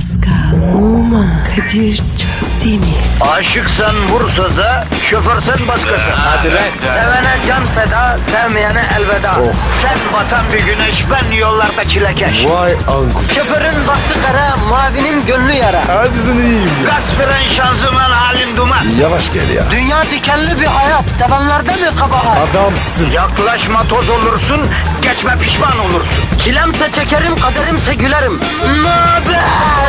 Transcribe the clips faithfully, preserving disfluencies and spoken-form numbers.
Pascal, Oman, Kadir çok değil mi? Aşıksan vursa da, şoförsen başkasın. Hadi lan. Sevene can feda, sevmeyene elveda. Oh. Sen batan bir güneş, ben yollarda çilekeş. Vay anku. Şoförün baktı kara, mavinin gönlü yara. Hadi sen iyiyim ya. Kasperen şanzıman halin duman. Yavaş gel ya. Dünya dikenli bir hayat, sevenlerde mi kabahar? Adamsın. Yaklaşma toz olursun, geçme pişman olursun. Çilemse çekerim, kaderimse gülerim. Möber!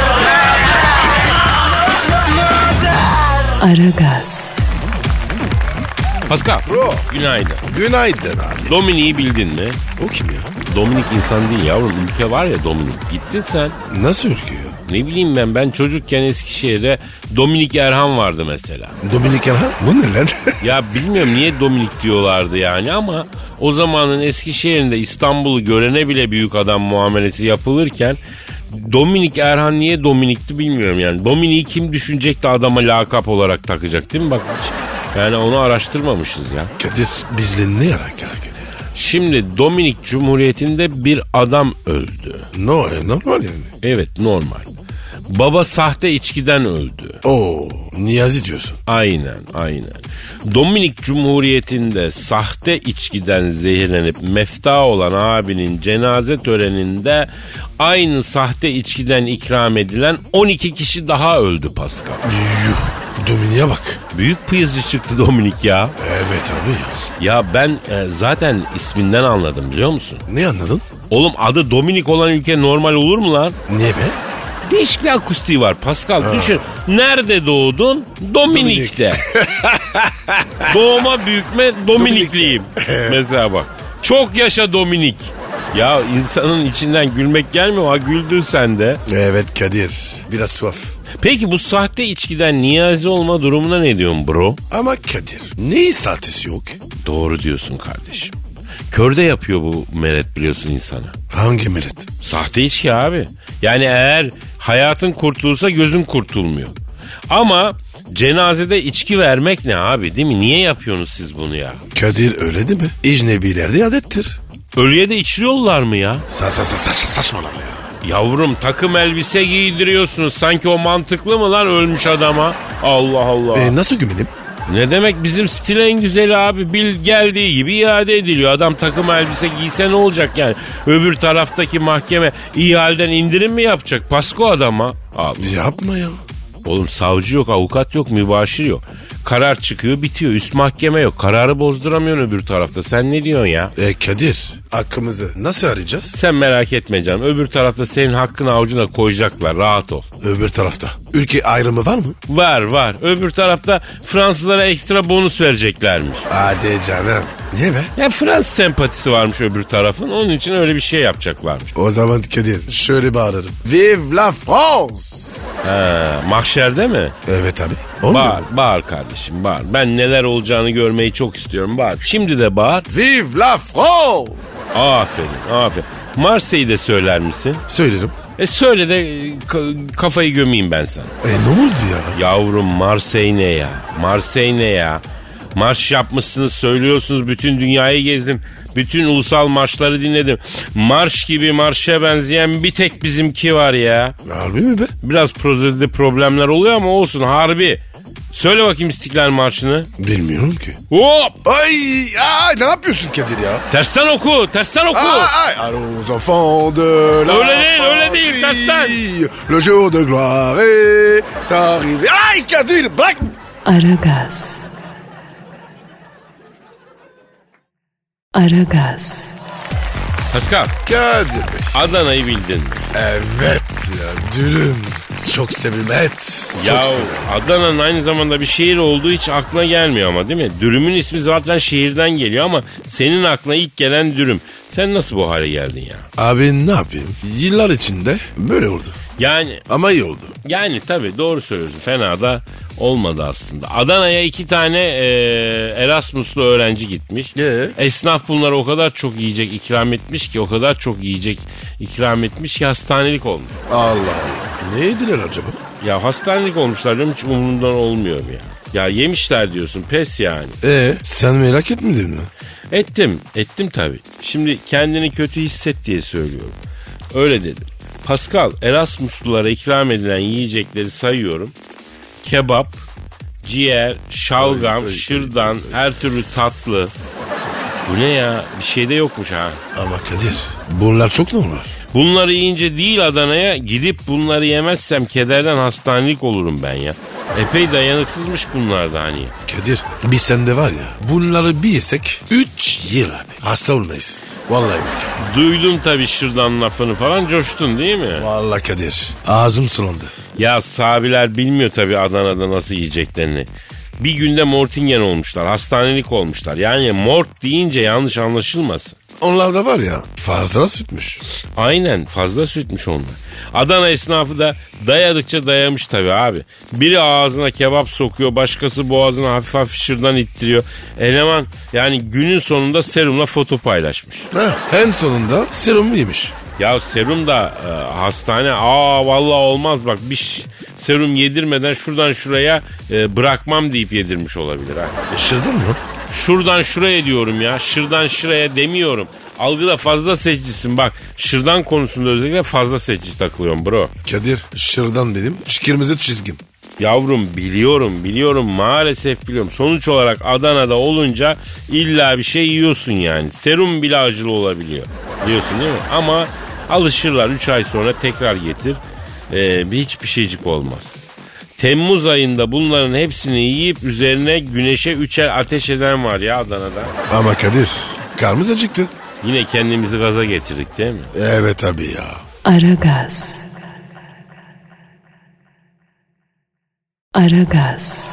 Aragaz. Pascal. Bro. Günaydın. Günaydın abi. Dominik'i bildin mi? O kim ya? Dominik insan değil yavrum. Ülke var ya Dominik. Gittin sen. Nasıl ülke ya? Ne bileyim ben. Ben çocukken Eskişehir'de Dominik Erhan vardı mesela. Dominik Erhan? Bu ne lan? Ya bilmiyorum niye Dominik diyorlardı yani ama o zamanın Eskişehir'inde İstanbul'u görene bile büyük adam muamelesi yapılırken Dominik Erhan niye Dominik'ti bilmiyorum yani. Dominik'i kim düşünecek de adama lakap olarak takacak değil mi? Bak yani onu araştırmamışız ya. Kadir bizle ne yarak yarak ediyor? Şimdi Dominik Cumhuriyeti'nde bir adam öldü. No, e, normal yani. Evet normal. Baba sahte içkiden öldü. Oo, Niyazi diyorsun. Aynen aynen. Dominik Cumhuriyeti'nde sahte içkiden zehirlenip mefta olan abinin cenaze töreninde aynı sahte içkiden ikram edilen on iki kişi daha öldü Pascal. Yuh, Dominik'e bak. Büyük pıyızcı çıktı Dominik ya. Evet abi. Ya ben e, zaten isminden anladım biliyor musun? Ne anladın? Oğlum adı Dominik olan ülke normal olur mu lan? Niye be? Değişik bir akustiği var Pascal. Ha. Düşün. Nerede doğdun? Dominik'te. Doğma büyükme Dominikliyim. Mesela bak. Çok yaşa Dominik. Ya insanın içinden gülmek gelmiyor. Ha güldün sen de. Evet Kadir. Biraz tuhaf. Peki bu sahte içkiden Niyazi olma durumuna ne diyorsun bro? Ama Kadir neyi sahtesi yok? Doğru diyorsun kardeşim. Körde yapıyor bu meret biliyorsun insana. Hangi meret? Sahte içki abi. Yani eğer hayatın kurtulursa gözün kurtulmuyor. Ama cenazede içki vermek ne abi değil mi? Niye yapıyorsunuz siz bunu ya? Kadir öyle değil mi? İcnebilerde adettir. Ölüye de içiriyorlar mı ya? Sa sa sa sa saçmalama ya. Yavrum takım elbise giydiriyorsunuz. Sanki o mantıklı mı lan ölmüş adama? Allah Allah. E, nasıl güvenim? Ne demek bizim stil en güzeli abi. Bil geldiği gibi iade ediliyor. Adam takım elbise giyse ne olacak yani? Öbür taraftaki mahkeme ihaleden indirim mi yapacak? Pasko adama. Abi. Yapma ya. Oğlum savcı yok, avukat yok, mübaşir yok. Karar çıkıyor bitiyor. Üst mahkeme yok. Kararı bozduramıyorsun öbür tarafta. Sen ne diyorsun ya? E Kadir hakkımızı nasıl arayacağız? Sen merak etme canım. Öbür tarafta senin hakkını avucuna koyacaklar. Rahat ol. Öbür tarafta. Ülke ayrımı var mı? Var var. Öbür tarafta Fransızlara ekstra bonus vereceklermiş. Hadi canım. Niye be? Ya Fransız sempatisi varmış öbür tarafın. Onun için öyle bir şey yapacaklarmış. O zaman Kadir şöyle bağırırım. Vive la France! Ha, mahşerde mi? Evet abi. Olmuyor Bağır, mu? bağır kardeşim bağır. Ben neler olacağını görmeyi çok istiyorum. Bağır. Şimdi de bağır. Vive la France! Aferin, aferin. Marseille'de söyler misin? Söylerim. E söyle de ka- kafayı gömeyim ben sana. E ne oldu ya? Yavrum Marseille ne ya? Marseille ne ya? Marş yapmışsınız, söylüyorsunuz, bütün dünyayı gezdim. Bütün ulusal marşları dinledim. Marş gibi marşa benzeyen bir tek bizimki var ya. Harbi mi be? Biraz prozedide problemler oluyor ama olsun harbi. Söyle bakayım İstiklal Marşı'nı. Bilmiyorum ki. Hop! Ay, ay ne yapıyorsun Kadir ya? Tersten oku, tersten oku. Ay, ay. Allons enfants de la Öyle değil, öyle değil, tersten. Le jour de gloire est arrivé. Ay Kadir bırak. Aragaz. Aragaz. Pascal, Kadir Bey. Adana'yı bildin mi? Evet ya dürüm. Çok severim et. Çok Ya severim. Adana'nın aynı zamanda bir şehir olduğu hiç aklına gelmiyor ama değil mi? Dürümün ismi zaten şehirden geliyor ama senin aklına ilk gelen dürüm. Sen nasıl bu hale geldin ya? Abi ne yapayım? Yıllar içinde böyle oldu. Yani Ama iyi oldu. yani tabii doğru söylüyorsun. Fena da olmadı aslında. Adana'ya iki tane e, Erasmus'lu öğrenci gitmiş. Ee? Esnaf bunlara o kadar çok yiyecek ikram etmiş ki o kadar çok yiyecek ikram etmiş ki hastanelik olmuş. Allah Allah. Ne yediler acaba? Ya hastanelik olmuşlar diyorum hiç umurumdan olmuyor ya. Ya yemişler diyorsun pes yani. Ee, sen merak etmedin mi? Ettim ettim tabii. Şimdi kendini kötü hisset diye söylüyorum. Öyle dedim. Pascal, Erasmuslulara ikram edilen yiyecekleri sayıyorum. Kebap, ciğer, şalgam, Oy, oy, şırdan, her türlü tatlı. Bu ne ya? Bir şey de yokmuş ha. Ama Kadir bunlar çok normal. Bunları yiyince değil Adana'ya, gidip bunları yemezsem kederden hastanelik olurum ben ya. Epey dayanıksızmış bunlar da hani. Kadir biz sende var ya bunları bir yesek üç yıl abi. Hasta olmayız. Vallahi bak. Duydum tabii şırdan lafını falan, coştun değil mi? Vallahi Kadir ağzım sulandı. Ya sahabiler bilmiyor tabii Adana'da nasıl yiyeceklerini. Bir günde mortingen olmuşlar, hastanelik olmuşlar. Yani mort deyince yanlış anlaşılmasın. Onlar da var ya fazla sütmüş. Aynen, fazla sütmüş onlar. Adana esnafı da dayadıkça dayamış tabii abi. Biri ağzına kebap sokuyor, başkası boğazına hafif hafif şırdan ittiriyor. Eleman yani günün sonunda serumla foto paylaşmış. Heh, en sonunda serum yemiş. Ya serum da e, hastane, aa vallahi olmaz bak, bir ş- serum yedirmeden şuradan şuraya e, bırakmam deyip yedirmiş olabilir ha. E, şırdan mı? Şuradan şuraya diyorum ya, şırdan şuraya demiyorum. Algıda fazla seçicisin bak, şırdan konusunda özellikle fazla seçici takılıyorum bro. Kadir şırdan dedim kırmızı çizgin. Yavrum biliyorum biliyorum maalesef biliyorum. Sonuç olarak Adana'da olunca illa bir şey yiyorsun yani. Serum bile acılı olabiliyor. Biliyorsun değil mi? Ama alışırlar, üç ay sonra tekrar getir. Ee, hiçbir şeycik olmaz. Temmuz ayında bunların hepsini yiyip üzerine güneşe üçer ateş eden var ya Adana'da. Ama Kadir karnımız acıktı. Yine kendimizi gaza getirdik değil mi? Evet abi ya. Aragaz. Aragaz.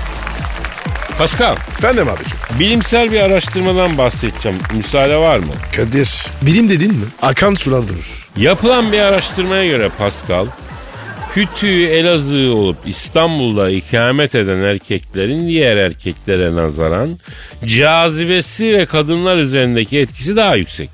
Pascal, Efendim abicim. bilimsel bir araştırmadan bahsedeceğim. Müsaade var mı? Kadir bilim dedin mi akan sular durur. Yapılan bir araştırmaya göre Pascal, kütüğü Elazığ olup İstanbul'da ikamet eden erkeklerin diğer erkeklere nazaran cazibesi ve kadınlar üzerindeki etkisi daha yüksek.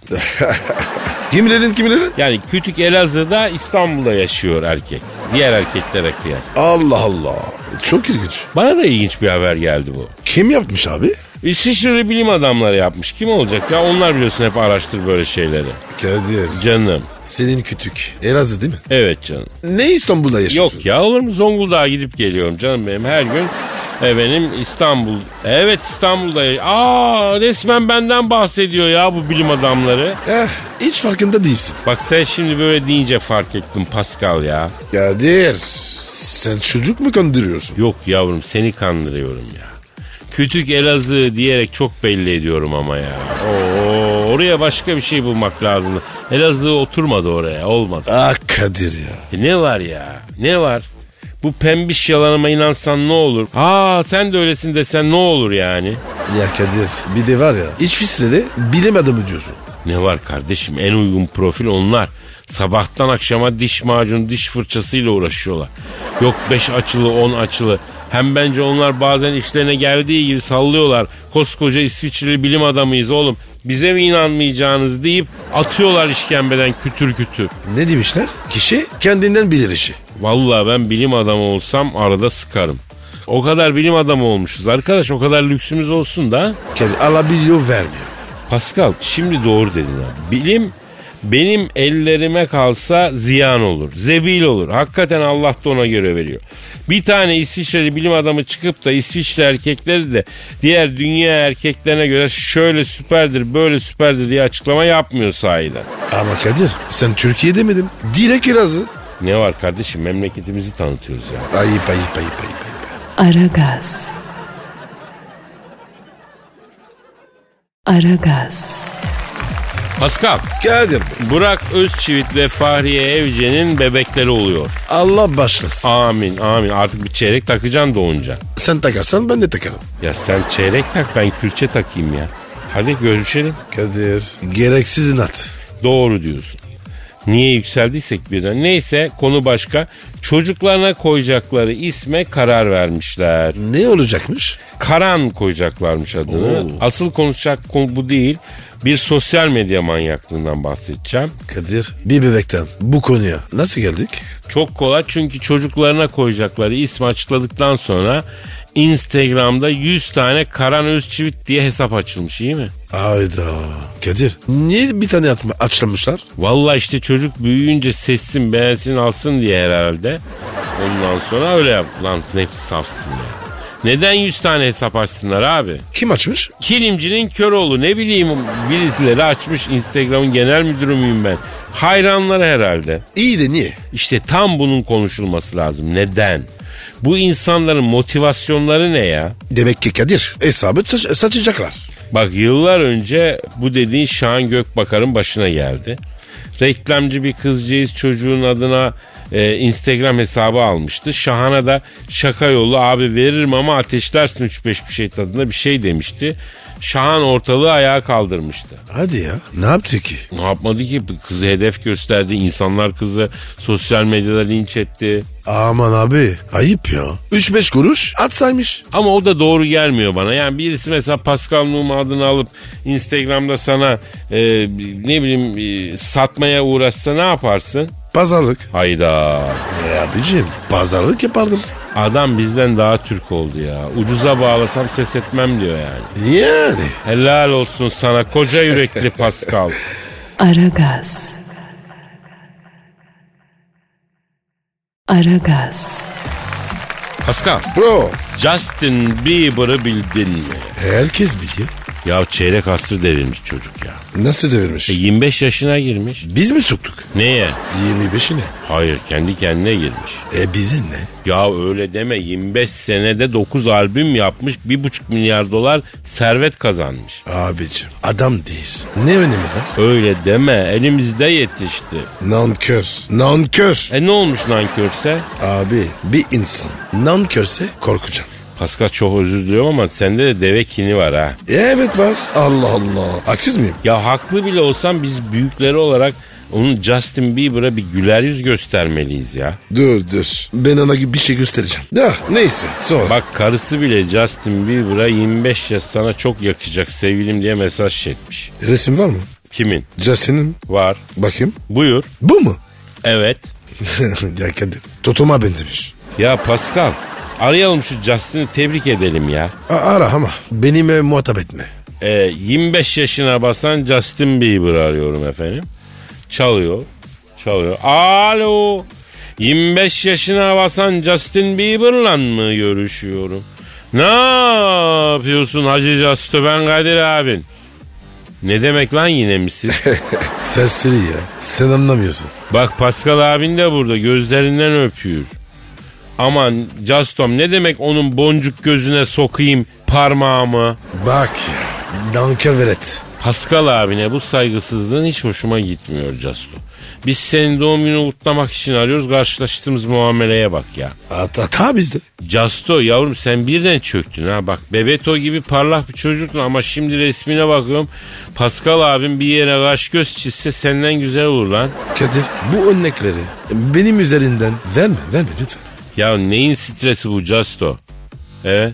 Kimlerin kimlerin? Yani kütük Elazığ'da, İstanbul'da yaşıyor erkek. Diğer erkeklere kıyas. Allah Allah. Çok ilginç. Bana da ilginç bir haber geldi bu. Kim yapmış abi? İsviçreli bilim adamları yapmış. Kim olacak ya? Onlar biliyorsun hep araştır böyle şeyleri. Kadir. Canım. Senin kütük. Elazığ değil mi? Evet canım. Ne İstanbul'da yaşıyorsun? Yok ya, olur mu? Zonguldak'a gidip geliyorum canım benim her gün. Efendim İstanbul. Evet İstanbul'da. Aa, resmen benden bahsediyor ya bu bilim adamları. Eh, hiç farkında değilsin. Bak sen şimdi böyle deyince fark ettim Pascal ya. Kadir. Sen çocuk mu kandırıyorsun? Yok yavrum, seni kandırıyorum ya. Kütük Elazığ diyerek çok belli ediyorum ama ya. Oo, oraya başka bir şey bulmak lazım. Elazığ oturmadı oraya, olmadı. Ah Kadir ya. E ne var ya? Ne var? Bu pembiş yalanıma inansan ne olur? Aa sen de öylesin desen ne olur yani? Ya Kadir bir de var ya hiç fisleri bilim adamı diyorsun. Ne var kardeşim, en uygun profil onlar. Sabahtan akşama diş macunu, diş fırçasıyla uğraşıyorlar. Yok beş açılı, on açılı. Hem bence onlar bazen işlerine geldiği gibi sallıyorlar. Koskoca İsviçreli bilim adamıyız oğlum, bize mi inanmayacağınız deyip atıyorlar işkembeden kütür kütür. Ne demişler? Kişi kendinden bilir işi. Vallahi ben bilim adamı olsam arada sıkarım. O kadar bilim adamı olmuşuz arkadaş, o kadar lüksümüz olsun da. Kadir alabiliyor vermiyor. Pascal şimdi doğru dedin abi. Bilim benim ellerime kalsa ziyan olur, zebil olur. Hakikaten Allah da ona göre veriyor. Bir tane İsviçreli bilim adamı çıkıp da İsviçre erkekleri de diğer dünya erkeklerine göre şöyle süperdir, böyle süperdir diye açıklama yapmıyor sahiden. Ama Kadir sen Türkiye demedin. Direkt Elazığ. Ne var kardeşim, memleketimizi tanıtıyoruz ya. Ayıp ayıp ayıp ayıp. Aragaz. Aragaz. Pascal, Kadir Burak Özçivit ve Fahriye Evcen'in bebekleri oluyor. Allah başlasın. Amin amin, artık bir çeyrek takacaksın doğunca. Sen takarsan ben de takarım. Ya sen çeyrek tak, ben külçe takayım ya. Hadi görüşelim. Kadir gereksiz inat. Doğru diyorsun. Niye yükseldiysek birden. Neyse, konu başka. Çocuklarına koyacakları isme karar vermişler. Ne olacakmış? Karan koyacaklarmış adını. Oo. Asıl konuşacak konu bu değil. Bir sosyal medya manyaklığından bahsedeceğim. Kadir bir bebekten bu konuya nasıl geldik? Çok kolay, çünkü çocuklarına koyacakları ismi açıkladıktan sonra Instagram'da yüz tane Karan Özçivit diye hesap açılmış, iyi mi? Hayda. Kadir niye bir tane atma, açılmışlar? Vallahi işte çocuk büyüyünce seçsin, beğensin, alsın diye herhalde. Ondan sonra öyle yap. Lan ne safsın ya. Neden yüz tane hesap açsınlar abi? Kim açmış? Kilimcinin Köroğlu, ne bileyim, birileri açmış. Instagram'ın genel müdürü müyüm ben? Hayranları herhalde. İyi de niye? İşte tam bunun konuşulması lazım. Neden? Bu insanların motivasyonları ne ya? Demek ki Kadir hesabı saç- saçacaklar. Bak yıllar önce bu dediğin Şahan Gökbakar'ın başına geldi. Reklamcı bir kızcağız çocuğun adına e, Instagram hesabı almıştı. Şahan'a da şaka yolu abi veririm ama ateşlersin üç beş bir şey tadında bir şey demişti. Şahan ortalığı ayağa kaldırmıştı. Hadi ya. Ne yaptı ki? Ne yapmadı ki? Kızı hedef gösterdi. İnsanlar kızı sosyal medyada linç etti. Aman abi ayıp ya. üç beş kuruş atsaymış. Ama o da doğru gelmiyor bana. Yani birisi mesela Pascal Numa adını alıp Instagram'da sana e, ne bileyim e, satmaya uğraşsa ne yaparsın? Pazarlık. Hayda. E abicim pazarlık yapardım. Adam bizden daha Türk oldu ya. Ucuza bağlasam ses etmem diyor yani. Yani. Helal olsun sana koca yürekli Pascal. Aragaz. Aragaz. Pascal, Bro. Justin Bieber'ı bildin mi? Herkes biliyor. Ya çeyrek asır devirmiş çocuk ya. Nasıl devirmiş? E yirmi beş yaşına girmiş. Biz mi soktuk? Neye? yirmi beşine. Hayır, kendi kendine girmiş. E bize ne? Ya öyle deme, yirmi beş senede dokuz albüm yapmış, bir buçuk milyar dolar servet kazanmış. Abicim adam değil. Ne önemi var? Öyle deme, elimizde yetişti. Nankör. Nankör. E ne olmuş nankörse? Abi bir insan nankörse korkacağım. Pascal çok özür diliyorum ama sende de deve kini var ha. E, evet var. Allah Allah. Haksız mıyım? Ya haklı bile olsam biz büyükleri olarak onun Justin Bieber'a bir güler yüz göstermeliyiz ya. Dur dur. Ben ona bir şey göstereceğim. Ya neyse sonra. Bak karısı bile Justin Bieber'a yirmi beş yaş sana çok yakacak sevgilim diye mesaj etmiş. Resim var mı? Kimin? Justin'in. Var. Bakayım. Buyur. Bu mu? Evet. Ya Kadir. Totoma benzemiş. Ya Pascal, arayalım şu Justin'i, tebrik edelim ya. A- ara ama benimle muhatap etme. Ee, yirmi beş yaşına basan Justin Bieber arıyorum efendim. Çalıyor. Çalıyor. Alo. yirmi beş yaşına basan Justin Bieber'la mı görüşüyorum? Ne yapıyorsun Hacı Justo, ben Kadir abin. Ne demek lan yine misin? Serseri ya. Sen anlamıyorsun. Bak Pascal abin de burada, gözlerinden öpüyor. Aman Justom, ne demek onun boncuk gözüne sokayım parmağımı? Bak ya. Nankör velet. Pascal abine bu saygısızlığın hiç hoşuma gitmiyor Justo. Biz senin doğum günü kutlamak için arıyoruz, karşılaştığımız muameleye bak ya. Hata, hata bizde. Justo yavrum, sen birden çöktün ha, bak Bebeto gibi parlak bir çocuktun ama şimdi resmine bakıyorum. Pascal abim bir yere kaş göz çizse senden güzel olur lan. Kadir bu örnekleri benim üzerinden verme verme lütfen. Ya neyin stresi bu Justo? Evet.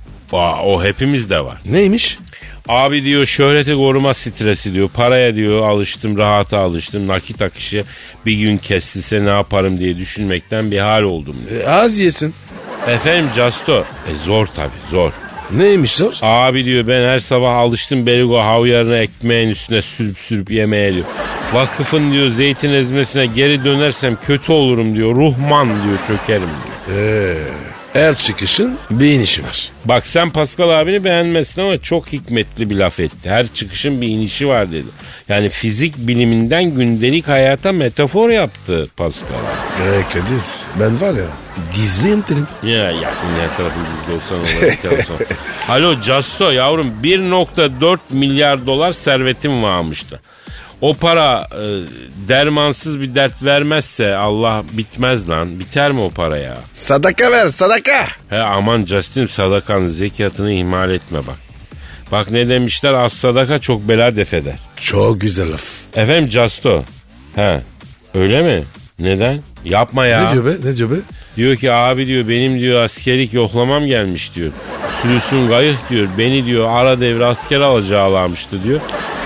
Aa, o hepimizde var. Neymiş? Abi diyor şöhreti koruma stresi diyor. Paraya diyor alıştım, rahata alıştım. Nakit akışı bir gün kesilse ne yaparım diye düşünmekten bir hal oldum diyor. E, az yesin. Efendim Justo. E zor tabii zor. Neymiş zor? Abi diyor ben her sabah alıştım berigo havyarını ekmeğin üstüne sürüp sürüp yemeye diyor. Vakıfın diyor zeytin ezmesine geri dönersem kötü olurum diyor. Ruhman diyor, çökerim diyor. Eee... Her çıkışın bir inişi var. Bak sen Pascal abini beğenmezsin ama çok hikmetli bir laf etti. Her çıkışın bir inişi var dedi. Yani fizik biliminden gündelik hayata metafor yaptı Pascal abi. Eee Kadir ben var ya gizli enterim. Ya ya senin her tarafın gizli olsan olur. Alo Justo yavrum, bir nokta dört milyar dolar servetim varmıştı. O para e, dermansız bir dert vermezse Allah bitmez lan. Biter mi o para ya? Sadaka ver sadaka. He aman Justin, sadakanın zekatını ihmal etme bak. Bak ne demişler, az sadaka çok bela def eder. Çok güzel laf. Efendim Justo. He öyle mi? Neden? Yapma ya. Ne diyor be ne diyor be? Diyor ki abi diyor benim diyor askerlik yoklamam gelmiş diyor. Sülüsün kayık diyor, beni diyor ara devre asker alacaklarmıştı diyor.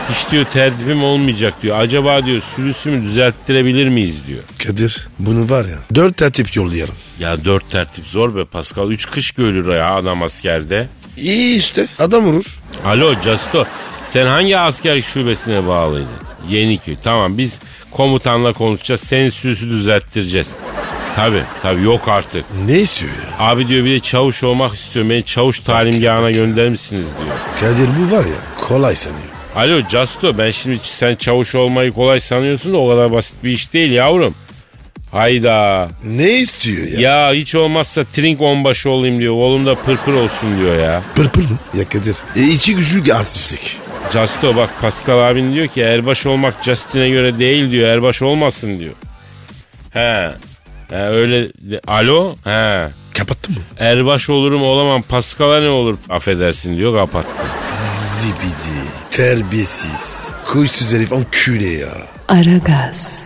Hiç diyor tertibim olmayacak diyor. Acaba diyor sürüsümü düzelttirebilir miyiz diyor. Kadir bunu var ya dört tertip yollayalım. Ya dört tertip zor be Pascal. Üç kış görür ya adam askerde. İyi işte adam vurur. Alo Casto, sen hangi asker şubesine bağlıydın? Yeniköy. Tamam, biz komutanla konuşacağız. Senin sürüsü düzelttireceğiz. Tabii tabii, yok artık. Ne istiyor ya? Abi diyor bir de çavuş olmak istiyorum. Beni çavuş talimgahına gönderir misiniz diyor. Kadir bu var ya kolay sanıyor. Alo Casto, ben şimdi sen çavuş olmayı kolay sanıyorsun da o kadar basit bir iş değil yavrum. Hayda. Ne istiyor ya? Ya hiç olmazsa trink onbaşı olayım diyor. Kolumda pırpır olsun diyor ya. Pırpır mı? Ya Kadir. E içi gücü artistlik. Casto bak, Pascal abin diyor ki erbaş olmak Justin'e göre değil diyor. Erbaş olmasın diyor. He. He öyle. De, alo. He. Kapattın mı? Erbaş olurum olamam. Pascal'a ne olur affedersin diyor, kapattı. Zibidi. Terbiyesiz. Kuysuz herif enküle ya. Aragaz.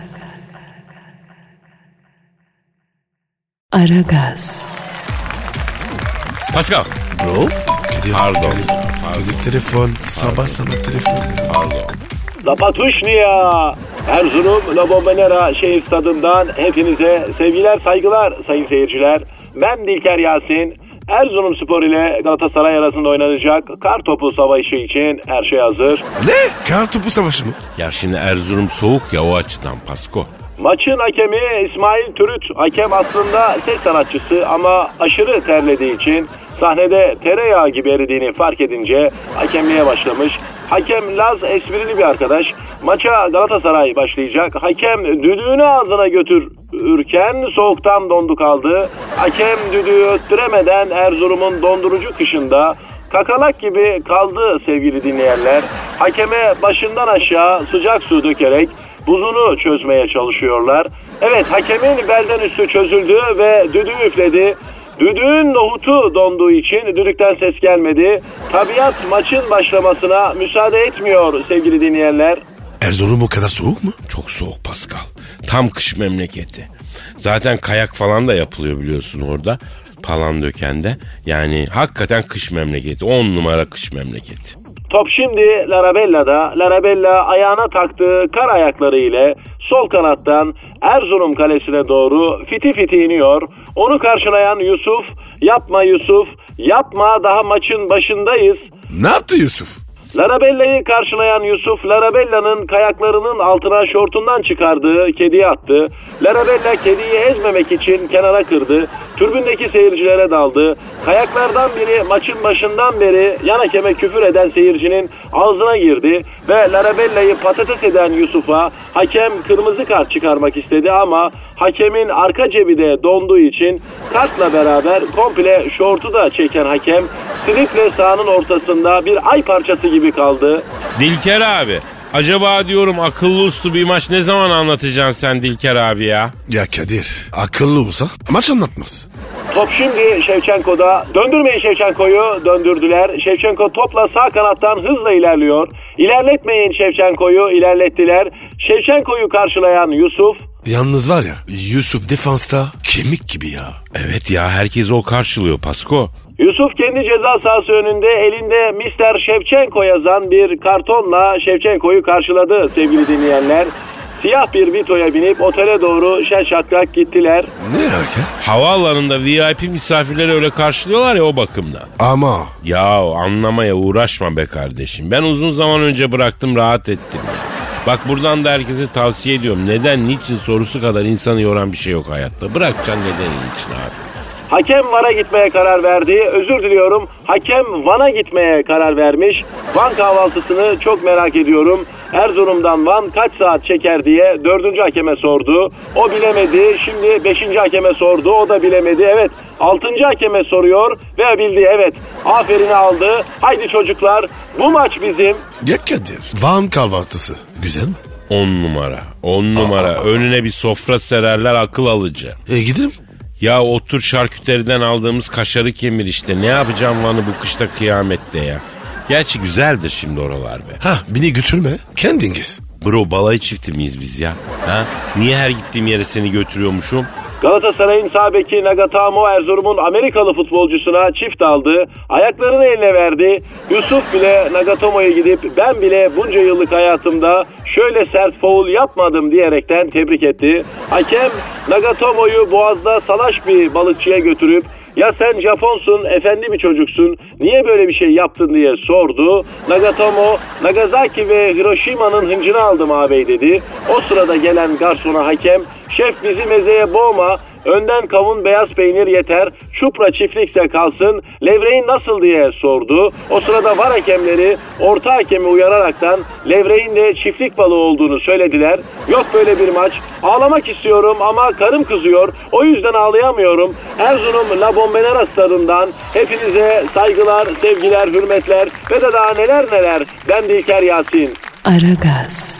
Aragaz. Pascal. Bro. Kadir. Pardon. Kadir, Kadir telefon. Sabah sabah telefon. Pardon. Zapatuşnia, Erzurum La Bombonera şehir stadından hepinize sevgiler, saygılar sayın seyirciler. Ben Dilker Yasin. Erzurum Spor ile Galatasaray arasında oynanacak kar topu savaşı için her şey hazır. Ne? Kar topu savaşı mı? Ya şimdi Erzurum soğuk ya, o açıdan Pasko. Maçın hakemi İsmail Türüt. Hakem aslında ses sanatçısı ama aşırı terlediği için sahnede tereyağı gibi eridiğini fark edince hakemliğe başlamış. Hakem Laz esprili bir arkadaş. Maça Galatasaray başlayacak. Hakem düdüğünü ağzına götürürken soğuktan dondu kaldı. Hakem düdüğü öttüremeden Erzurum'un dondurucu kışında kakalak gibi kaldı sevgili dinleyenler. Hakeme başından aşağı sıcak su dökerek buzunu çözmeye çalışıyorlar. Evet, hakemin belden üstü çözüldü ve düdüğü üfledi. Düdüğün nohutu donduğu için düdükten ses gelmedi. Tabiat maçın başlamasına müsaade etmiyor sevgili dinleyenler. Erzurum o kadar soğuk mu? Çok soğuk Pascal. Tam kış memleketi. Zaten kayak falan da yapılıyor biliyorsun orada. Palandöken'de. Yani hakikaten kış memleketi. On numara kış memleketi. Top şimdi Larabella'da. Larabella ayağına taktığı kar ayakları ile sol kanattan Erzurum kalesine doğru fiti fiti iniyor. Onu karşılayan Yusuf, yapma Yusuf, yapma, daha maçın başındayız. Ne yaptı Yusuf? Larabella'yı karşılayan Yusuf, Larabella'nın kayaklarının altına şortundan çıkardığı kediye attı. Larabella kediyi ezmemek için kenara kırdı. Tribündeki seyircilere daldı. Kayaklardan biri maçın başından beri yan hakeme küfür eden seyircinin ağzına girdi ve Larabella'yı patates eden Yusuf'a hakem kırmızı kart çıkarmak istedi ama hakemin arka cebi de donduğu için kartla beraber komple şortu da çeken hakem sliple sahanın ortasında bir ay parçası gibi kaldı. Dilker abi, acaba diyorum akıllı uslu bir maç ne zaman anlatacaksın sen Dilker abi ya? Ya Kadir, akıllı olsa maç anlatmaz. Top şimdi Şevçenko'da. Döndürmeyin Şevçenko'yu. Döndürdüler. Şevçenko topla sağ kanattan hızla ilerliyor. İlerletmeyin Şevçenko'yu. İlerlettiler. Şevçenko'yu karşılayan Yusuf. Yalnız var ya, Yusuf defansta kemik gibi ya. Evet ya, herkes o karşılıyor Pasko. Yusuf kendi ceza sahası önünde elinde mister Şevçenko yazan bir kartonla Şevçenko'yu karşıladı sevgili dinleyenler. Siyah bir Vito'ya binip otele doğru şen şakrak gittiler. Ne hareket? Havaalanında V I P misafirleri öyle karşılıyorlar ya, o bakımdan. Ama. Ya anlamaya uğraşma be kardeşim. Ben uzun zaman önce bıraktım, rahat ettim ya. Bak buradan da herkese tavsiye ediyorum. Neden, niçin sorusu kadar insanı yoran bir şey yok hayatta. Bırakacaksın nedeni için abi. Hakem Van'a gitmeye karar verdi. Özür diliyorum. Hakem Van'a gitmeye karar vermiş. Van kahvaltısını çok merak ediyorum. Erzurum'dan Van kaç saat çeker diye dördüncü hakeme sordu. O bilemedi. Şimdi beşinci hakeme sordu. O da bilemedi. Evet. Altıncı hakeme soruyor ve bildi. Evet. Aferin aldı. Haydi çocuklar. Bu maç bizim. Ya Kadir, Van kahvaltısı güzel mi? On numara. On numara. Aa, önüne bir sofra sererler, akıl alıcı. E gidelim. Ya otur şarküteriden aldığımız kaşarı kemir işte. Ne yapacağım Van'ı bu kışta kıyamette ya. Gerçi güzeldir şimdi oralar be. Ha, beni götürme. Kendin gez. Bro, balayı çifti miyiz biz ya? Ha? Niye her gittiğim yere seni götürüyormuşum? Galatasaray'ın sağ beki Nagatomo Erzurum'un Amerikalı futbolcusuna çift aldı. Ayaklarını eline verdi. Yusuf bile Nagatomo'ya gidip ben bile bunca yıllık hayatımda şöyle sert faul yapmadım diyerekten tebrik etti. Hakem Nagatomo'yu boğazda salaş bir balıkçıya götürüp ya sen Japonsun, efendi bir çocuksun, niye böyle bir şey yaptın diye sordu. Nagatomo, Nagasaki ve Hiroşima'nın hıncını aldım ağabey dedi. O sırada gelen garsona hakem, şef bizi mezeye boğma, önden kavun beyaz peynir yeter, çupra çiftlikse kalsın, levreğin nasıl diye sordu. O sırada var hakemleri orta hakemi uyararaktan levreğin de çiftlik balığı olduğunu söylediler. Yok böyle bir maç, ağlamak istiyorum ama karım kızıyor, o yüzden ağlayamıyorum. Erzurum La Bombonera stadından hepinize saygılar, sevgiler, hürmetler ve de daha neler neler. Ben Dilker Yasin. Aragaz.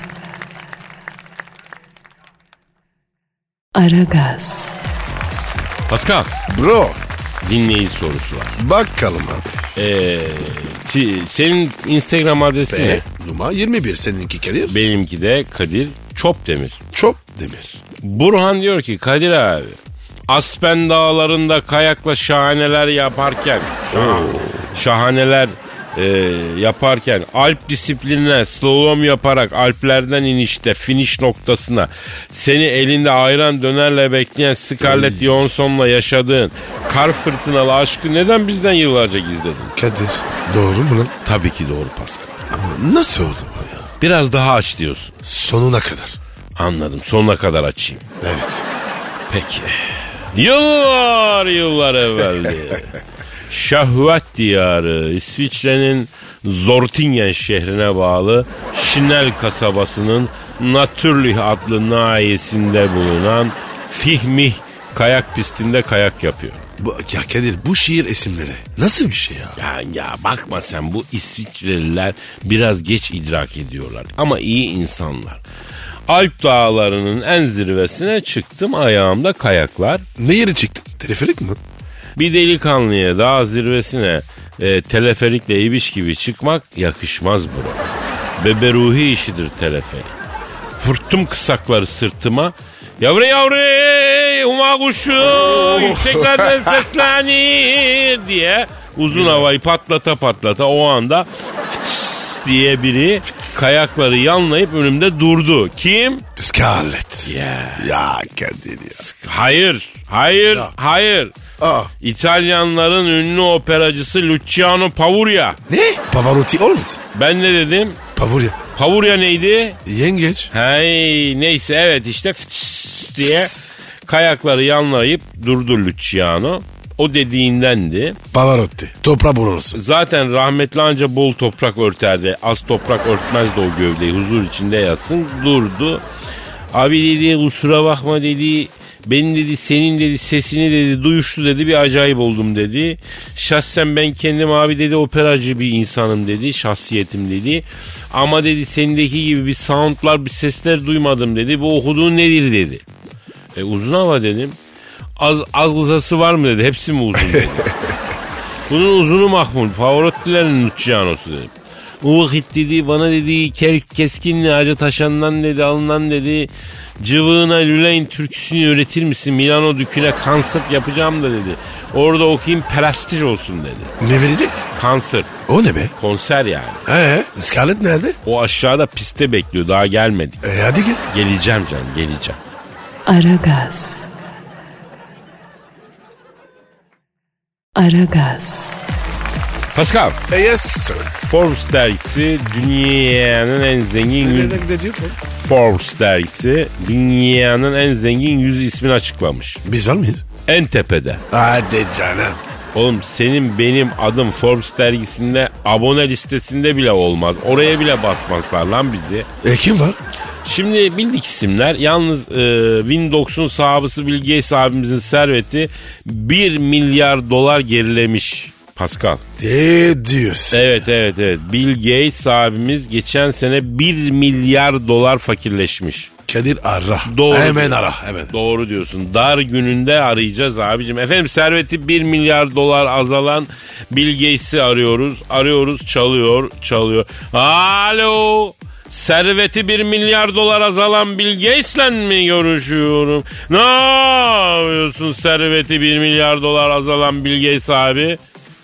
Aragaz. Pascal, Bro. dinleyici sorusu var. Bakalım abi. Ee, ti- senin Instagram adresi ne? Be, numara yirmi bir seninki Kadir. Benimki de Kadir Çopdemir. Çok demir. Burhan diyor ki Kadir abi, Aspen dağlarında kayakla şahaneler yaparken şah- şahaneler e, yaparken Alp disiplinine slalom yaparak Alplerden inişte finish noktasına seni elinde ayran dönerle bekleyen Scarlett Johansson'la yaşadığın kar fırtınalı aşkı neden bizden yıllarca gizledin? Kadir doğru mu lan? Tabii ki doğru Pascal. Ama nasıl oldu bu ya? Biraz daha aç diyorsun. Sonuna kadar. Anladım, sonuna kadar açayım. Evet. Peki. Yıllar yıllar evveldi. Şahvet diyarı İsviçre'nin Zortingen şehrine bağlı Schnell kasabasının Naturlich adlı nahiyesinde bulunan Fihmih kayak pistinde kayak yapıyor. Bu, ya Kadir bu şiir isimleri nasıl bir şey ya? Ya, ya bakma sen, bu İsviçreliler biraz geç idrak ediyorlar ama iyi insanlar. Alp dağlarının en zirvesine çıktım, ayağımda kayaklar. Ne yeri çıktın? Teleferik mi? Bir delikanlıya dağ zirvesine e, teleferikle ibiş gibi çıkmak yakışmaz bro. Beberuhi işidir teleferik. Fırttım kısakları sırtıma. Yavru yavru uma kuşu yükseklerden seslenir diye uzun havayı patlata patlata o anda fıts diye biri kayakları yanlayıp önümde durdu. Kim? Scarlett. Yeah. Ya Kadir ya. Hayır, hayır, Ya. hayır. Aa. İtalyanların ünlü operacısı Luciano Pavarotti. Ne? Pavarotti olmasın? Ben ne dedim? Pavurya. Pavarotti neydi? Yengeç. Hey, neyse evet işte fıts diye kayakları yanlayıp durdu Luciano. O dediğindendi. Pavarotti. Toprağı bulursun. Zaten rahmetli anca bol toprak örterdi. Az toprak örtmezdi o gövdeyi. Huzur içinde yatsın. Durdu. Abi dedi, kusura bakma dedi. Benim dedi senin dedi sesini dedi duyuştu dedi, bir acayip oldum dedi. Şahsen ben kendim abi dedi operacı bir insanım dedi, şahsiyetim dedi. Ama dedi senindeki gibi bir soundlar, bir sesler duymadım dedi. Bu okuduğun nedir dedi. E uzun hava dedim. Az, az kısası var mı dedi, hepsi mi uzun dedi. Bunun uzunu Mahmut, Pavarotti'lerin Luciano'su dedim. O vakit dedi bana dedi keskinli Hacı Taşan'dan dedi alınan dedi cıvığına Lüleyn türküsünü öğretir misin? Milano Dükü'ne konsert yapacağım da dedi. Orada okuyayım prestij olsun dedi. Ne verecek? Konsert. O ne be? Konser yani. Ee, Scarlett nerede? O aşağıda pistte bekliyor, daha gelmedi. E hadi gel. Geleceğim canım, geleceğim. Aragaz. Aragaz. Pascal, E yes sir. Forbes dergisi dünyanın en zengin yüz... Nereden gidiyor? Forbes dergisi dünyanın en zengin yüz ismini açıklamış. Biz var mıyız? En tepede. Hadi canım. Oğlum senin benim adım Forbes dergisinde abone listesinde bile olmaz. Oraya bile basmazlar lan bizi. E kim var? Şimdi bildik isimler. Yalnız e, Windows'un sahibi Bill Gates abimizin serveti bir milyar dolar gerilemiş Pascal. Ne diyorsun? Evet evet evet. Bill Gates abimiz geçen sene bir milyar dolar fakirleşmiş. Kadir ara. Doğru. Hemen ara hemen. Doğru diyorsun. Dar gününde arayacağız abicim. Efendim serveti bir milyar dolar azalan Bill Gates'i arıyoruz. Arıyoruz, çalıyor, çalıyor. Alo. Serveti bir milyar dolar azalan Bill Gates'le mi görüşüyorum? Ne yapıyorsun serveti bir milyar dolar azalan Bill Gates abi?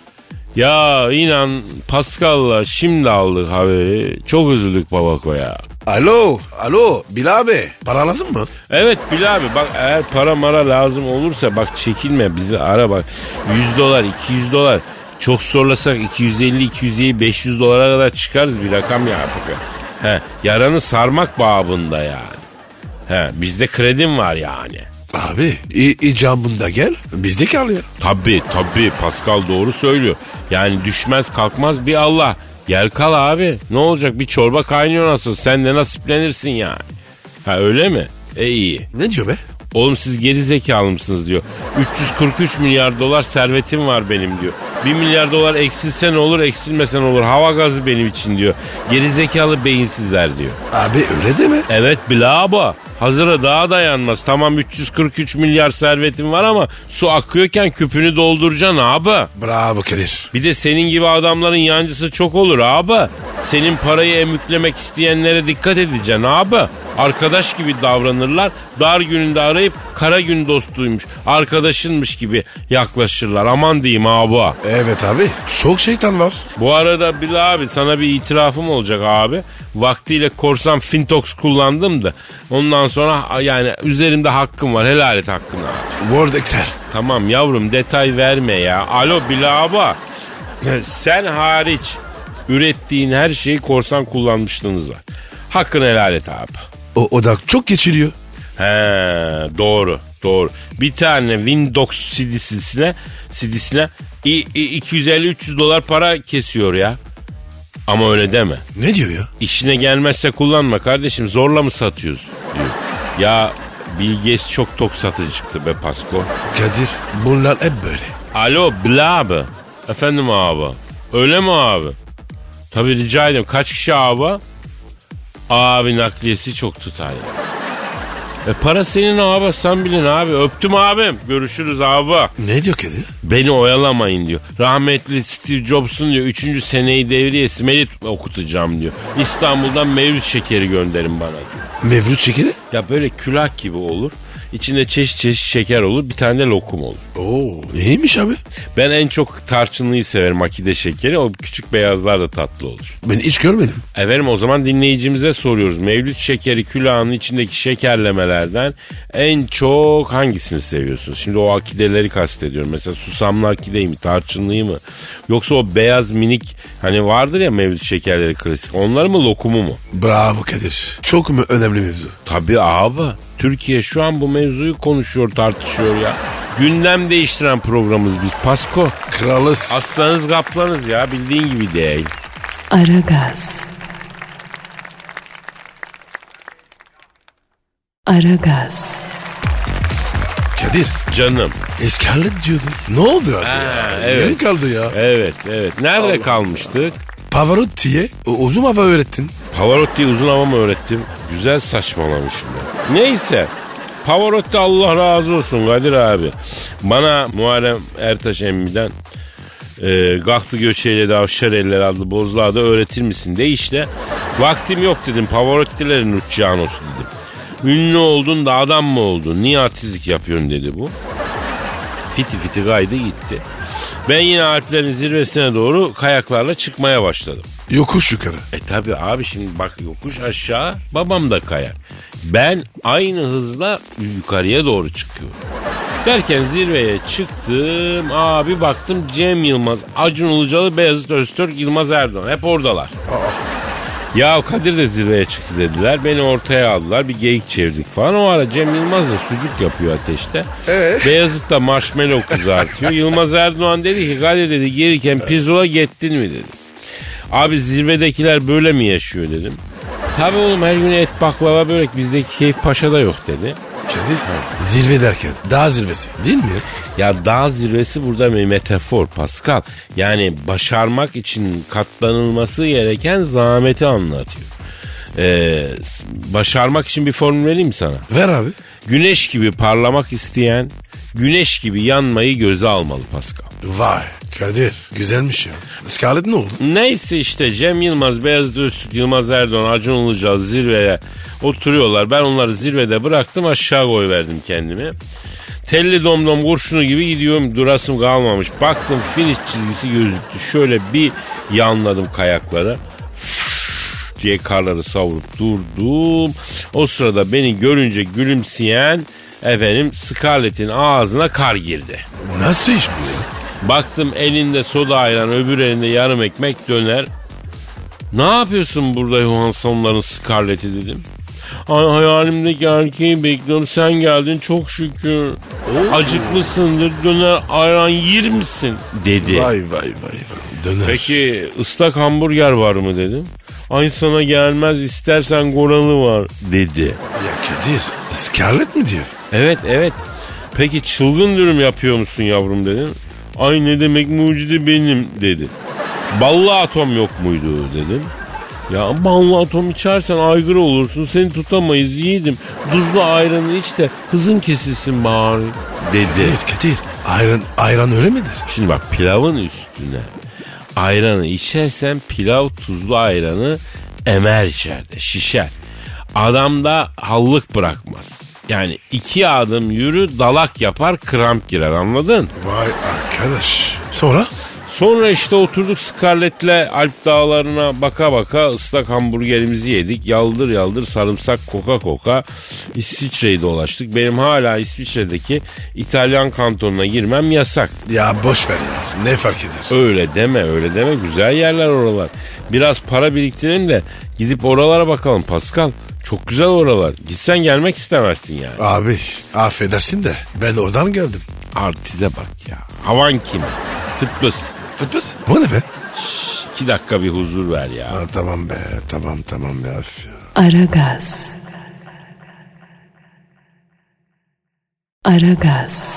Ya inan Pascal'la şimdi aldık haberi. Çok üzüldük babako ya. Alo, alo Bil abi para lazım mı? Evet Bil abi bak eğer para mara lazım olursa bak çekinme bizi ara bak. yüz dolar iki yüz dolar çok zorlasak iki yüz elli iki yüz elli beş yüz dolara kadar çıkarız bir rakam ya. He, yaranı sarmak babında yani. He, bizde kredim var yani. Abi icabında gel bizde kal ya. Tabii tabii Pascal doğru söylüyor. Yani düşmez kalkmaz bir Allah. Gel kal abi. Ne olacak bir çorba kaynıyor nasıl? Sen de nasiplenirsin yani. Ha öyle mi? E iyi. Ne diyor be? Oğlum siz geri zekalı mısınız diyor. üç yüz kırk üç milyar dolar servetim var benim diyor. bir milyar dolar eksilse ne olur eksilmese ne olur. Hava gazı benim için diyor. Geri zekalı beyinsizler diyor. Abi öyle deme. Evet bilaba. Hazıra daha dayanmaz. Tamam üç yüz kırk üç milyar servetim var ama su akıyorken küpünü dolduracaksın abi. Bravo Kadir. Bir de senin gibi adamların yancısı çok olur abi. Senin parayı emüklemek isteyenlere dikkat edeceksin abi. Arkadaş gibi davranırlar. Dar gününde arayıp kara gün dostuymuş, arkadaşınmış gibi yaklaşırlar. Aman diyeyim abi. Evet abi. Çok şeytan var. Bu arada Bil abi sana bir itirafım olacak abi. Vaktiyle korsan Fintox kullandım da. Ondan sonra yani üzerimde hakkım var. Helal et hakkını abi. Word Excel. Tamam yavrum detay verme ya. Alo Bil abi. Sen hariç ürettiğin her şeyi korsan kullanmışlığınız var. Hakkını helal et abi. O, o da çok geçiriyor. He doğru doğru. Bir tane Windows C D'sine, C D'sine iki yüz elli üç yüz dolar para kesiyor ya. Ama öyle deme. Ne diyor ya? İşine gelmezse kullanma kardeşim, zorla mı satıyoruz diyor. Ya Bill Gates çok tok satıcı çıktı be Pasko. Kadir bunlar hep böyle. Alo Bil abi. Efendim abi. Öyle mi abi? Tabii rica ederim. Kaç kişi abi? Abi nakliyesi çok tutar ya. E para senin abi, sen bilin abi. Öptüm abim. Görüşürüz abi. Ne diyor Kadir? Beni oyalamayın diyor. Rahmetli Steve Jobs'un diyor üçüncü seneyi devriye Smerit okutacağım diyor. İstanbul'dan mevlüt şekeri gönderin bana diyor. Mevlüt şekeri? Ya böyle külak gibi olur. İçinde çeşit çeşit şeker olur. Bir tane de lokum olur. Oo, neymiş abi? Ben en çok tarçınlıyı severim, akide şekeri. O küçük beyazlar da tatlı olur. Ben hiç görmedim. Efendim o zaman dinleyicimize soruyoruz. Mevlüt şekeri külahının içindeki şekerlemelerden en çok hangisini seviyorsunuz? Şimdi o akideleri kastediyorum. Mesela susamlı akideyi mi, tarçınlıyı mı? Yoksa o beyaz minik hani vardır ya mevlüt şekerleri klasik. Onları mı, lokumu mu? Bravo Kadir. Çok mu önemli mevzu? Tabii abi. Türkiye şu an bu mevzuyu konuşuyor, tartışıyor ya. Gündem değiştiren programımız biz Pasko. Kralız. Aslanız kaplanız ya, bildiğin gibi değil. Aragaz. Aragaz. Kadir. Canım. Eskarlet diyordun. Ne oldu abi Ha, ya? evet. Yarım kaldı ya. Evet evet. Nerede Allah kalmıştık? Pavarotti'ye uzun hava öğrettin. Pavarotti'ye uzun hava mı öğrettim? Güzel saçmalamışım ben. Neyse. Pavarotti Allah razı olsun Kadir abi. Bana Muharrem Ertaş emmiden e, Gahtı Göçeyle de Avşar Eller adlı bozluğa da öğretir misin deyişle vaktim yok dedim. Pavarotti'lerin uçacağın olsun dedim. Ünlü oldun da adam mı oldun? Niye artistlik yapıyorsun dedi bu. Fiti fiti kaydı gitti. Ben yine Alplerin zirvesine doğru kayaklarla çıkmaya başladım. Yokuş yukarı. E tabi abi şimdi bak yokuş aşağı babam da kayar. Ben aynı hızla yukarıya doğru çıkıyorum. Derken zirveye çıktım. Abi baktım Cem Yılmaz, Acun Ilıcalı, Beyazıt Öztürk, Yılmaz Erdoğan hep oradalar. Aa. Ya Kadir de zirveye çıktı dediler. Beni ortaya aldılar. Bir geyik çevirdik falan. O ara Cem Yılmaz da sucuk yapıyor ateşte. Ee? Beyazıt da marshmallow kızartıyor. Yılmaz Erdoğan dedi ki Kadir dedi gelirken pirzola gittin mi dedi. Abi zirvedekiler böyle mi yaşıyor dedim. Tabii oğlum her gün et baklava börek bizdeki keyif paşada yok dedi. Kadir zirve derken dağ zirvesi değil mi? Ya dağ zirvesi burada bir metafor Pascal. Yani başarmak için katlanılması gereken zahmeti anlatıyor. Ee, başarmak için bir formül vereyim mi sana? Ver abi. Güneş gibi parlamak isteyen, güneş gibi yanmayı göze almalı Pascal. Vay Kadir güzelmiş ya. Scarlett ne oldu? Neyse işte Cem Yılmaz, Beyazıt Öztürk, Yılmaz Erdoğan, Acun Ilıcalı zirveye oturuyorlar. Ben onları zirvede bıraktım, aşağı koyverdim kendimi. Telli domdom kurşunu gibi gidiyorum, durasım kalmamış. Baktım finish çizgisi gözüktü. Şöyle bir yanladım kayakları. Diye karları savurup durdum. O sırada beni görünce gülümseyen efendim Scarlett'in ağzına kar girdi. Nasıl iş bu ya? Baktım elinde soda ayran, öbür elinde yarım ekmek döner. Ne yapıyorsun burada Johansson'ların Scarlett'i dedim. Ay, hayalimdeki erkeği bekliyorum, sen geldin çok şükür. Oo. Acıkmışsındır, döner ayran yer misin dedi. Vay vay vay vay. Döner. Peki ıslak hamburger var mı dedim. Ay sana gelmez, istersen goranı var dedi. Ya Kadir Scarlett mi diyor? Evet evet. Peki çılgın dürüm yapıyor musun yavrum dedim. Ay ne demek mucidi benim dedi. Ballı atom yok muydu dedim. Ya ballı atom içersen aygır olursun, seni tutamayız yiğidim. Tuzlu ayranı iç de hızın kesilsin bari dedi. Kadir Kadir ayran, ayran öyle midir? Şimdi bak, pilavın üstüne ayranı içersen pilav tuzlu ayranı emer içeride, şişer. Adamda hallık bırakmaz. Yani iki adım yürü dalak yapar, kramp girer, anladın? Vay arkadaş. Sonra? Sonra işte oturduk Scarlett'le Alp dağlarına baka baka ıslak hamburgerimizi yedik. Yaldır yaldır sarımsak koka koka İsviçre'yi dolaştık. Benim hala İsviçre'deki İtalyan kantonuna girmem yasak. Ya boş ver ya. Ne fark eder? Öyle deme öyle deme. Güzel yerler oralar. Biraz para biriktirelim de gidip oralara bakalım Pascal. Çok güzel oralar. Gitsen gelmek istemezsin yani. Abi affedersin de ben oradan geldim. Artize bak ya. Havan kim? Tıpkız. Fıtbız? O ne be? Şş, iki dakika bir huzur ver ya. Ha, tamam be tamam tamam ya. Aragaz. Aragaz.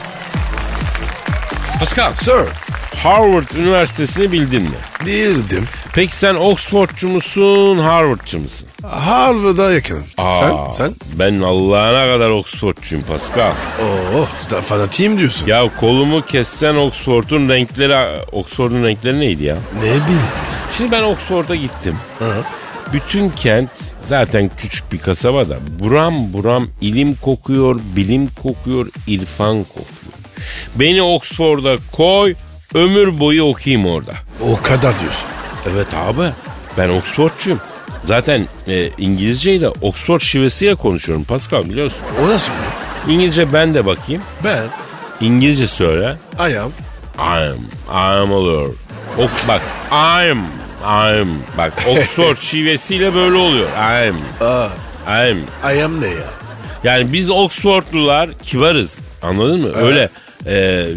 Pascal. Sir. Harvard Üniversitesi'ni bildin mi? Bildim. Peki sen Oxford'cu musun, Harvard'cı mısın? Harvard'a yakınım. Aa, sen? Sen? Ben Allah'ına kadar Oxford'cuyum Pascal. Oo, da fanatiyim diyorsun. Ya kolumu kessen Oxford'un renkleri, Oxford'un renkleri neydi ya? Ne bileyim. Şimdi ben Oxford'a gittim. Hı. Bütün kent zaten küçük bir kasaba da buram buram ilim kokuyor, bilim kokuyor, irfan kokuyor. Beni Oxford'a koy, ömür boyu okuyayım orada. O kadar diyorsun. Evet abi, ben Oxford'cuyum. Zaten e, İngilizceyi de Oxford şivesiyle konuşuyorum Pascal, biliyorsun. O nasıl bu? İngilizce ben de bakayım. Ben. İngilizce söyle. I am. I'm. I'm olur. Ok, bak I'm. I'm. Bak Oxford şivesiyle böyle oluyor. I'm. Aa, I'm. I am ne ya? Yani biz Oxfordlular kibarız. Anladın mı? Evet. Öyle e,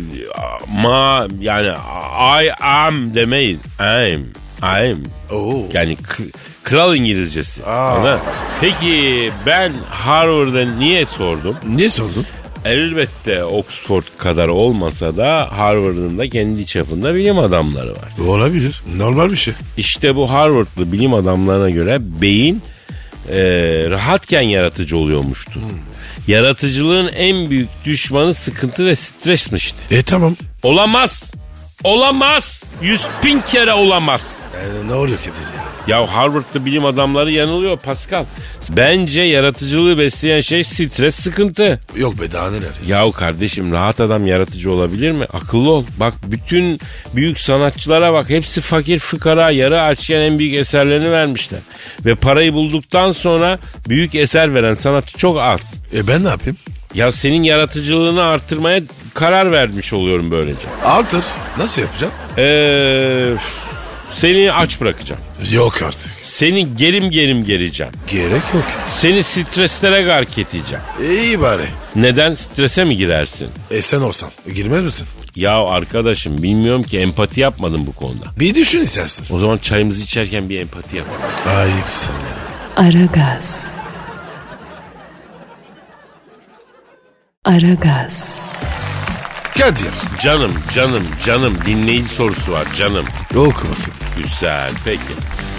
ma yani I am demeyiz. I'm. I'm. Oo. Yani k- kral İngilizcesi. Aa. Anladın? Peki ben Harvard'a niye sordum? Niye sordun? Elbette Oxford kadar olmasa da Harvard'ın da kendi çapında bilim adamları var. Olabilir. Normal bir şey. İşte bu Harvard'lı bilim adamlarına göre beyin e, rahatken yaratıcı oluyormuştu. Hmm. Yaratıcılığın en büyük düşmanı sıkıntı ve stresmişti. E tamam. Olamaz. Olamaz. Yüz bin kere olamaz. E, ne oluyor Kadir ya? Ya Harvard'da bilim adamları yanılıyor Pascal. Bence yaratıcılığı besleyen şey stres, sıkıntı. Yok be daha neler. Yahu kardeşim, rahat adam yaratıcı olabilir mi? Akıllı ol. Bak bütün büyük sanatçılara bak. Hepsi fakir fıkara, yarı açıyan en büyük eserlerini vermişler. Ve parayı bulduktan sonra büyük eser veren sanatçı çok az. E ben ne yapayım? Ya senin yaratıcılığını artırmaya karar vermiş oluyorum böylece. Artır. Nasıl yapacağım? Eee... Seni aç bırakacağım. Yok artık. Seni gerim gerim gereceğim. Gerek yok. Seni streslere gark edeceğim. İyi bari. Neden? Strese mi girersin? E sen olsan girmez misin? Ya arkadaşım, bilmiyorum ki, empati yapmadım bu konuda. Bir düşün istersin. O zaman çayımızı içerken bir empati yapalım. Ayıp sana. Aragaz. Aragaz. Kadir. Canım canım canım, dinleyici sorusu var canım. Oku bakayım. Güzel, peki.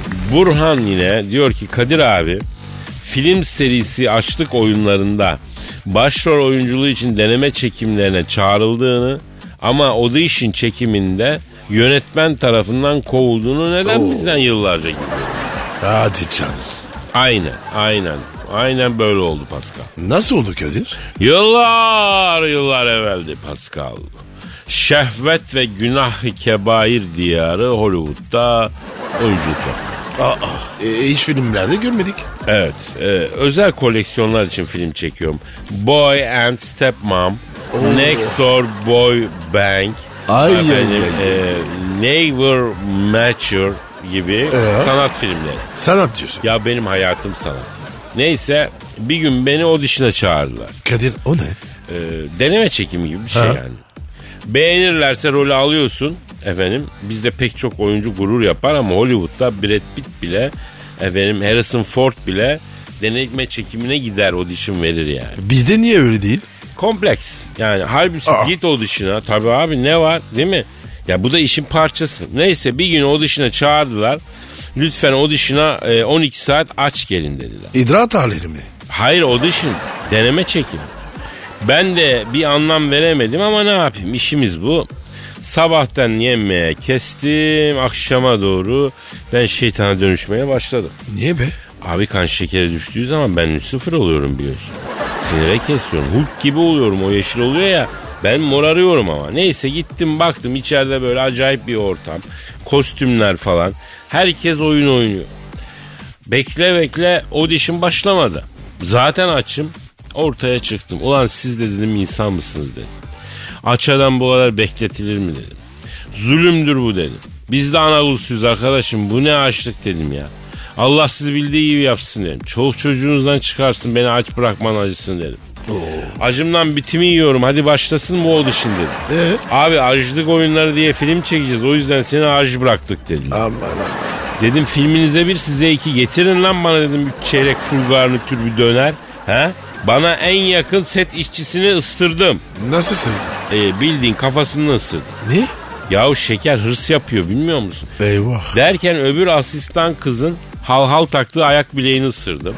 Burhan yine diyor ki, Kadir abi, film serisi Açlık Oyunlarında başrol oyunculuğu için deneme çekimlerine çağrıldığını ama audition çekiminde yönetmen tarafından kovulduğunu neden Oo. bizden yıllarca gizledi? Hadi canım. Aynen, aynen. Aynen böyle oldu Pascal. Nasıl oldu Kadir? Yıllar yıllar evveldi Pascal. Şehvet ve günah-ı kebair diyarı Hollywood'da oyunculuk yaptı. Aa, e, hiç filmlerde görmedik. Evet, e, özel koleksiyonlar için film çekiyorum. Boy and Stepmom, Next Door Boy Bank, Ay, efendim, ay, ay. e, Never Mature gibi Ee? sanat filmleri. Sanat diyorsun. Ya benim hayatım sanat. Neyse bir gün beni audition'a çağırdılar. Kadir o ne? E, deneme çekimi gibi bir şey Ha. yani. Beğenirlerse rolü alıyorsun efendim. Bizde pek çok oyuncu gurur yapar ama Hollywood'da Brad Pitt bile efendim Harrison Ford bile deneme çekimine gider, audition verir yani. Bizde niye öyle değil? Kompleks. Yani halbuki Aa. git audition'a. Tabii abi ne var değil mi? Ya bu da işin parçası. Neyse bir gün audition'a çağırdılar. Lütfen audition'a e, on iki saat aç gelin dediler. İdrar tahlili mi? Hayır audition. Deneme çekimi. Ben de bir anlam veremedim ama ne yapayım, işimiz bu. Sabahtan yemeğe kestim, akşama doğru ben şeytana dönüşmeye başladım. Niye be? Abi kan şekeri düştüğü zaman ben sıfır oluyorum biliyorsun. Sinire kesiyorum. Hulk gibi oluyorum, o yeşil oluyor ya. Ben morarıyorum ama. Neyse gittim baktım içeride böyle acayip bir ortam. Kostümler falan. Herkes oyun oynuyor. Bekle bekle audition başlamadı. Zaten açım. Ortaya çıktım. Ulan siz de dedim insan mısınız dedim. Aç adam bu kadar bekletilir mi dedim. Zulümdür bu dedim. Biz de ana kulusuyuz arkadaşım. Bu ne açlık dedim ya. Allah sizi bildiği gibi yapsın dedim. Çoluk çocuğunuzdan çıkarsın, beni aç bırakman acısın dedim. Oo. Acımdan bitimi yiyorum, hadi başlasın bu audition dedim. Ee? Abi açlık oyunları diye film çekeceğiz, o yüzden seni aç bıraktık dedim. Aman aman. Dedim filminize bir, size iki, getirin lan bana dedim bir çeyrek full garnitür bir döner. He? Bana en yakın set işçisini ısırdım. Nasıl sırdın? Ee, bildiğin kafasını ısırdım. Ne? Yahu şeker hırs yapıyor, bilmiyor musun? Eyvah. Derken öbür asistan kızın hal hal taktığı ayak bileğini ısırdım.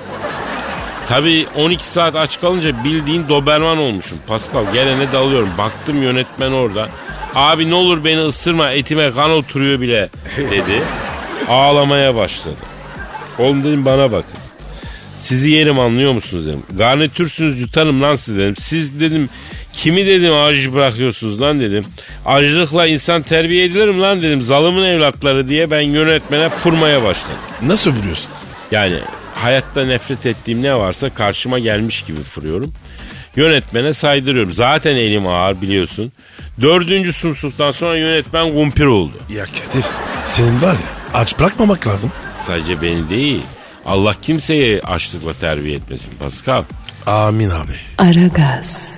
Tabii on iki saat aç kalınca bildiğin Doberman olmuşum. Pascal gelene dalıyorum. Baktım yönetmen orada. Abi ne olur beni ısırma, etime kan oturuyor bile dedi. Ağlamaya başladı. Oğlum dedim bana bakın. Sizi yerim anlıyor musunuz dedim. Garnitürsünüz yutarım lan siz dedim. Siz dedim kimi dedim acı bırakıyorsunuz lan dedim. Acılıkla insan terbiye edilir mi lan dedim. Zalımın evlatları diye ben yönetmene fırmaya başladım. Nasıl vuruyorsun? Yani hayatta nefret ettiğim ne varsa karşıma gelmiş gibi fırıyorum. Yönetmene saydırıyorum. Zaten elim ağır biliyorsun. Dördüncü sumsuktan sonra yönetmen kumpir oldu. Ya Kadir senin var ya aç bırakmamak lazım. Sadece beni değil. Allah kimseyi açlıkla terbiye etmesin Pascal. Amin abi. Aragaz.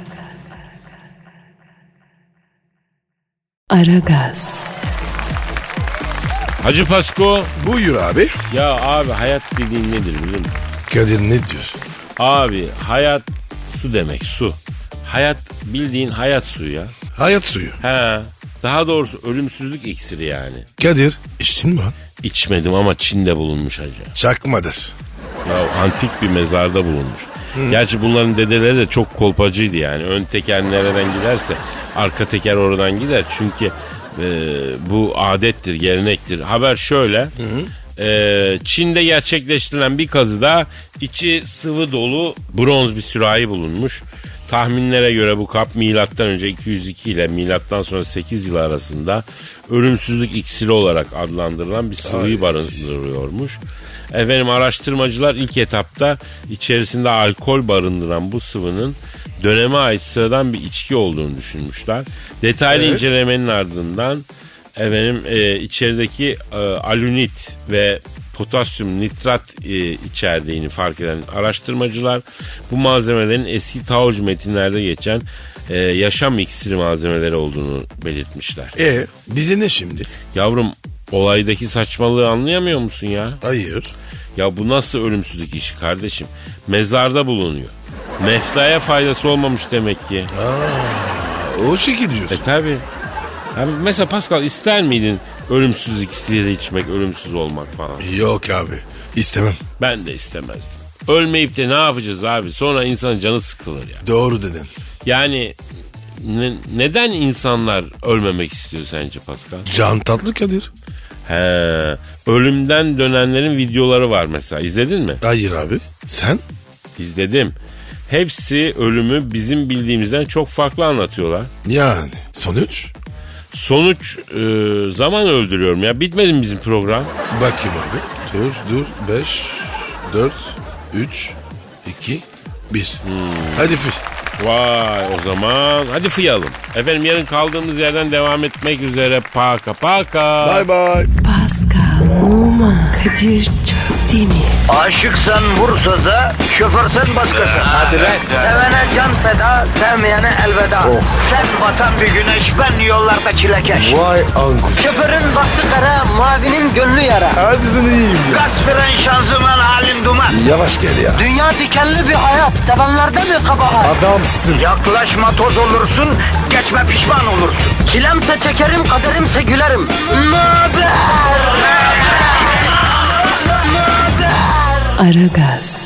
Aragaz. Hacı Pasko. Buyur abi. Ya abi hayat dediğin nedir biliyor musun? Kadir ne diyorsun? Abi hayat su demek, su. Hayat bildiğin hayat suyu ya. Hayat suyu. He. Daha doğrusu ölümsüzlük iksiri yani. Kadir içtin mi lan? İçmedim ama Çin'de bulunmuş hacı. Çakmadır. Ya antik bir mezarda bulunmuş. Hı. Gerçi bunların dedeleri de çok kolpacıydı yani. Ön teker nereden giderse arka teker oradan gider. Çünkü e, bu adettir, gelenektir. Haber şöyle. Hı hı. E, Çin'de gerçekleştirilen bir kazıda içi sıvı dolu bronz bir sürahi bulunmuş. Tahminlere göre bu kap milattan önce iki yüz iki ile milattan sonra sekiz yıl arasında ölümsüzlük iksiri olarak adlandırılan bir sıvıyı barındırıyormuş. Efendim araştırmacılar ilk etapta içerisinde alkol barındıran bu sıvının döneme ait sıradan bir içki olduğunu düşünmüşler. Detaylı evet. incelemenin ardından efendim e, içerideki e, alunit ve potasyum nitrat e, içerdiğini fark eden araştırmacılar bu malzemelerin eski Taocu metinlerde geçen e, yaşam iksiri malzemeleri olduğunu belirtmişler. E bize ne şimdi? Yavrum olaydaki saçmalığı anlayamıyor musun ya? Hayır. Ya bu nasıl ölümsüzlük işi kardeşim? Mezarda bulunuyor. Meftaya faydası olmamış demek ki. Aa, o şekil diyorsun. E tabi. Abi mesela Pascal ister miydin ölümsüzlük iksiri içmek, ölümsüz olmak falan? Yok abi istemem. Ben de istemezdim. Ölmeyip de ne yapacağız abi? Sonra insanın canı sıkılır ya. Doğru dedin. Yani ne- neden insanlar ölmemek istiyor sence Pascal? Can tatlı Kadir. He, ölümden dönenlerin videoları var mesela. İzledin mi? Hayır abi. Sen? İzledim. Hepsi ölümü bizim bildiğimizden çok farklı anlatıyorlar. Yani sonuç? Sonuç e, zaman öldürüyorum ya. Bitmedi mi bizim program? Bakayım abi. Dur dur. Beş, dört, üç, iki, bir. Hadi fil. Vay o zaman hadi fıyalım. Efendim yarın kaldığımız yerden devam etmek üzere. Paka paka. Bye bye. Pascal, Oman, Kadir çok değil mi? Aşıksan vursa da, şoförsen başkasın. Hadi lan. Sevene can feda, sevmeyene elveda. Sen batan bir güneş, ben yollarda çilekeş. Vay anku. Şoförün baktı kara, mavinin gönlü yara. Hadi sen iyiyim ya. Kasperen şanzıman halin duman. Yavaş gel ya. Dünya dikenli bir hayat, sevenlerde mi kabahar? Adamsın. Yaklaşma toz olursun, geçme pişman olursun. Çilemse çekerim, kaderimse gülerim. Möber! Aragaz.